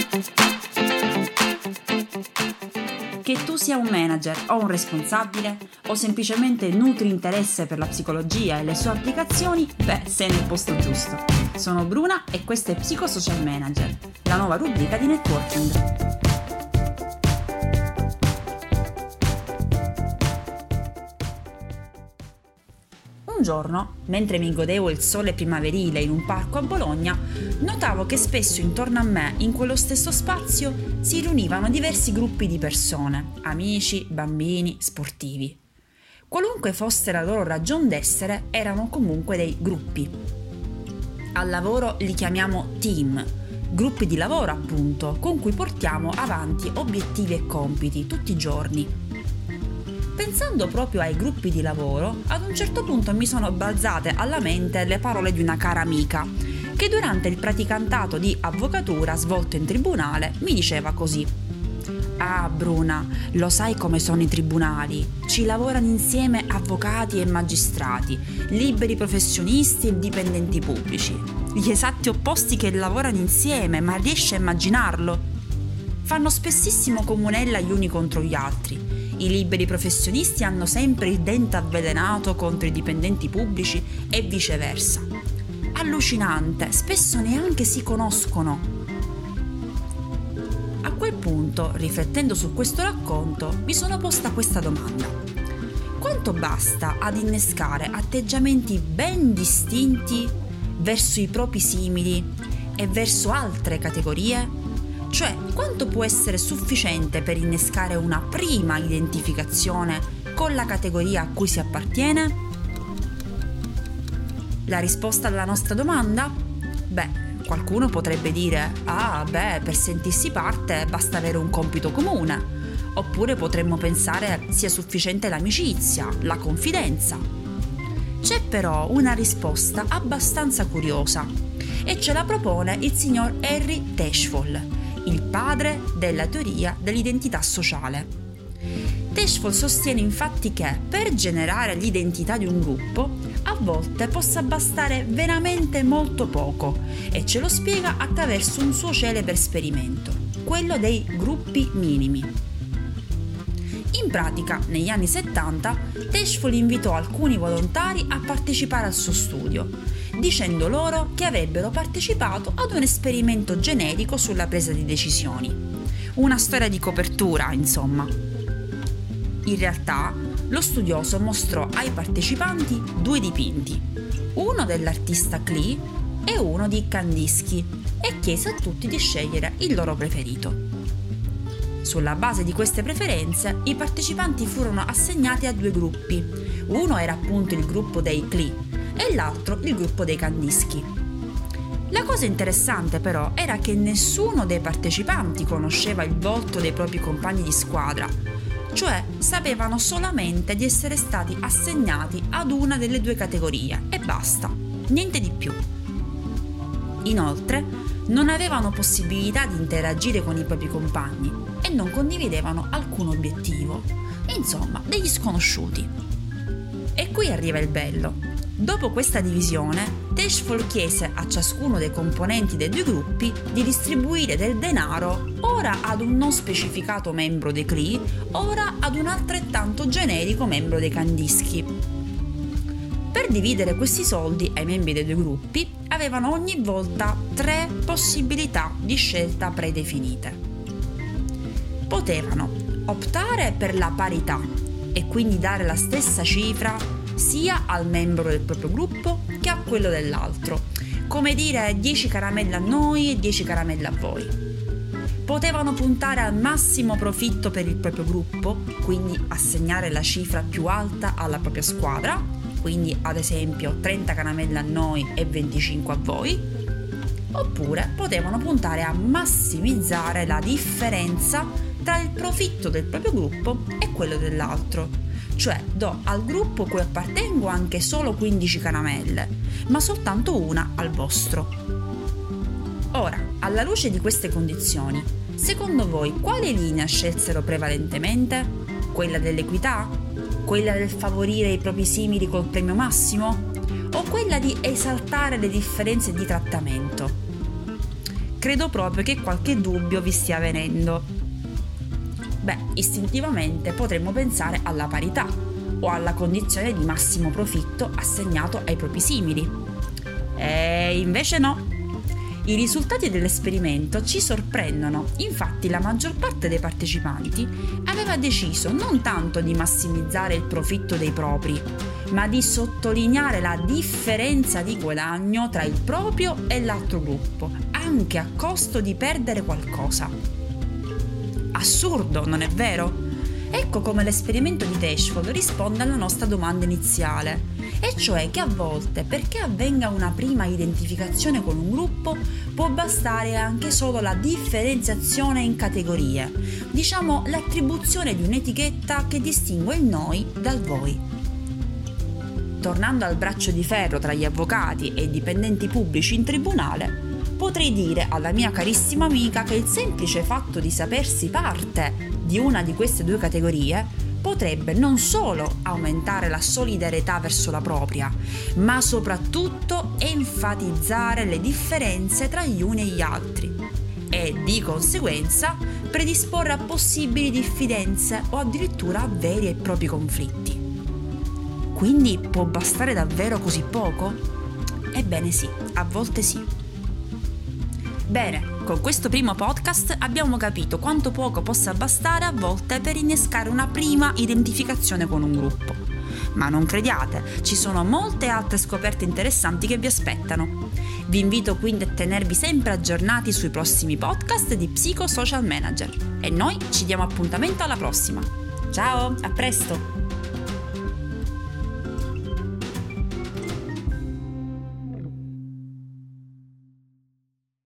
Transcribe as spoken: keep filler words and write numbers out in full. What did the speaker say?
Che tu sia un manager o un responsabile, o semplicemente nutri interesse per la psicologia e le sue applicazioni, beh, sei nel posto giusto. Sono Bruna e questo è Psicosocial Manager, la nuova rubrica di networking. Un giorno, mentre mi godevo il sole primaverile in un parco a Bologna, notavo che spesso intorno a me, in quello stesso spazio, si riunivano diversi gruppi di persone, amici, bambini, sportivi. Qualunque fosse la loro ragion d'essere, erano comunque dei gruppi. Al lavoro li chiamiamo team, gruppi di lavoro appunto, con cui portiamo avanti obiettivi e compiti tutti i giorni. Pensando proprio ai gruppi di lavoro, ad un certo punto mi sono balzate alla mente le parole di una cara amica, che durante il praticantato di avvocatura svolto in tribunale mi diceva così: «Ah Bruna, lo sai come sono i tribunali? Ci lavorano insieme avvocati e magistrati, liberi professionisti e dipendenti pubblici. Gli esatti opposti che lavorano insieme, ma riesci a immaginarlo? Fanno spessissimo comunella gli uni contro gli altri. I liberi professionisti hanno sempre il dente avvelenato contro i dipendenti pubblici e viceversa. Allucinante, spesso neanche si conoscono». A quel punto, riflettendo su questo racconto, mi sono posta questa domanda: quanto basta ad innescare atteggiamenti ben distinti verso i propri simili e verso altre categorie? Cioè, quanto può essere sufficiente per innescare una prima identificazione con la categoria a cui si appartiene? La risposta alla nostra domanda? Beh, qualcuno potrebbe dire: ah, beh, per sentirsi parte basta avere un compito comune. Oppure potremmo pensare sia sufficiente l'amicizia, la confidenza. C'è però una risposta abbastanza curiosa e ce la propone il signor Henry Täschfol, il padre della teoria dell'identità sociale. Täschfol sostiene infatti che per generare l'identità di un gruppo a volte possa bastare veramente molto poco, e ce lo spiega attraverso un suo celebre esperimento, quello dei gruppi minimi. In pratica, negli anni settanta, Täschfol invitò alcuni volontari a partecipare al suo studio, dicendo loro che avrebbero partecipato ad un esperimento generico sulla presa di decisioni. Una storia di copertura, insomma. In realtà, lo studioso mostrò ai partecipanti due dipinti, uno dell'artista Klee e uno di Kandinsky, e chiese a tutti di scegliere il loro preferito. Sulla base di queste preferenze, i partecipanti furono assegnati a due gruppi. Uno era appunto il gruppo dei Klee e l'altro il gruppo dei Kandinsky. La cosa interessante però era che nessuno dei partecipanti conosceva il volto dei propri compagni di squadra, cioè sapevano solamente di essere stati assegnati ad una delle due categorie e basta, niente di più. Inoltre, non avevano possibilità di interagire con i propri compagni e non condividevano alcun obiettivo. Insomma, degli sconosciuti. E qui arriva il bello. Dopo questa divisione, Täschfol chiese a ciascuno dei componenti dei due gruppi di distribuire del denaro ora ad un non specificato membro dei Klee, ora ad un altrettanto generico membro dei Kandinsky. Per dividere questi soldi ai membri dei due gruppi, avevano ogni volta tre possibilità di scelta predefinite. Potevano optare per la parità e quindi dare la stessa cifra sia al membro del proprio gruppo che a quello dell'altro, come dire dieci caramelle a noi e dieci caramelle a voi. Potevano puntare al massimo profitto per il proprio gruppo, quindi assegnare la cifra più alta alla propria squadra, quindi ad esempio trenta caramelle a noi e venticinque a voi. Oppure potevano puntare a massimizzare la differenza tra il profitto del proprio gruppo e quello dell'altro. Cioè do al gruppo cui appartengo anche solo quindici caramelle, ma soltanto una al vostro. Ora, alla luce di queste condizioni, secondo voi quale linea scelsero prevalentemente? Quella dell'equità? Quella del favorire i propri simili col premio massimo? O quella di esaltare le differenze di trattamento? credo proprio che qualche dubbio vi stia venendo. Beh, istintivamente potremmo pensare alla parità o alla condizione di massimo profitto assegnato ai propri simili. E invece no. I risultati dell'esperimento ci sorprendono, infatti la maggior parte dei partecipanti aveva deciso non tanto di massimizzare il profitto dei propri, ma di sottolineare la differenza di guadagno tra il proprio e l'altro gruppo, anche a costo di perdere qualcosa. Assurdo, non è vero? Ecco come l'esperimento di Dashwood risponde alla nostra domanda iniziale, e cioè che a volte, perché avvenga una prima identificazione con un gruppo, può bastare anche solo la differenziazione in categorie, diciamo l'attribuzione di un'etichetta che distingue il noi dal voi. Tornando al braccio di ferro tra gli avvocati e i dipendenti pubblici in tribunale, potrei dire alla mia carissima amica che il semplice fatto di sapersi parte di una di queste due categorie potrebbe non solo aumentare la solidarietà verso la propria, ma soprattutto enfatizzare le differenze tra gli uni e gli altri e, di conseguenza, predisporre a possibili diffidenze o addirittura a veri e propri conflitti. Quindi può bastare davvero così poco? Ebbene sì, a volte sì. Bene, con questo primo podcast abbiamo capito quanto poco possa bastare a volte per innescare una prima identificazione con un gruppo. Ma non crediate, ci sono molte altre scoperte interessanti che vi aspettano. Vi invito quindi a tenervi sempre aggiornati sui prossimi podcast di Psycho Social Manager. E noi ci diamo appuntamento alla prossima. Ciao, a presto!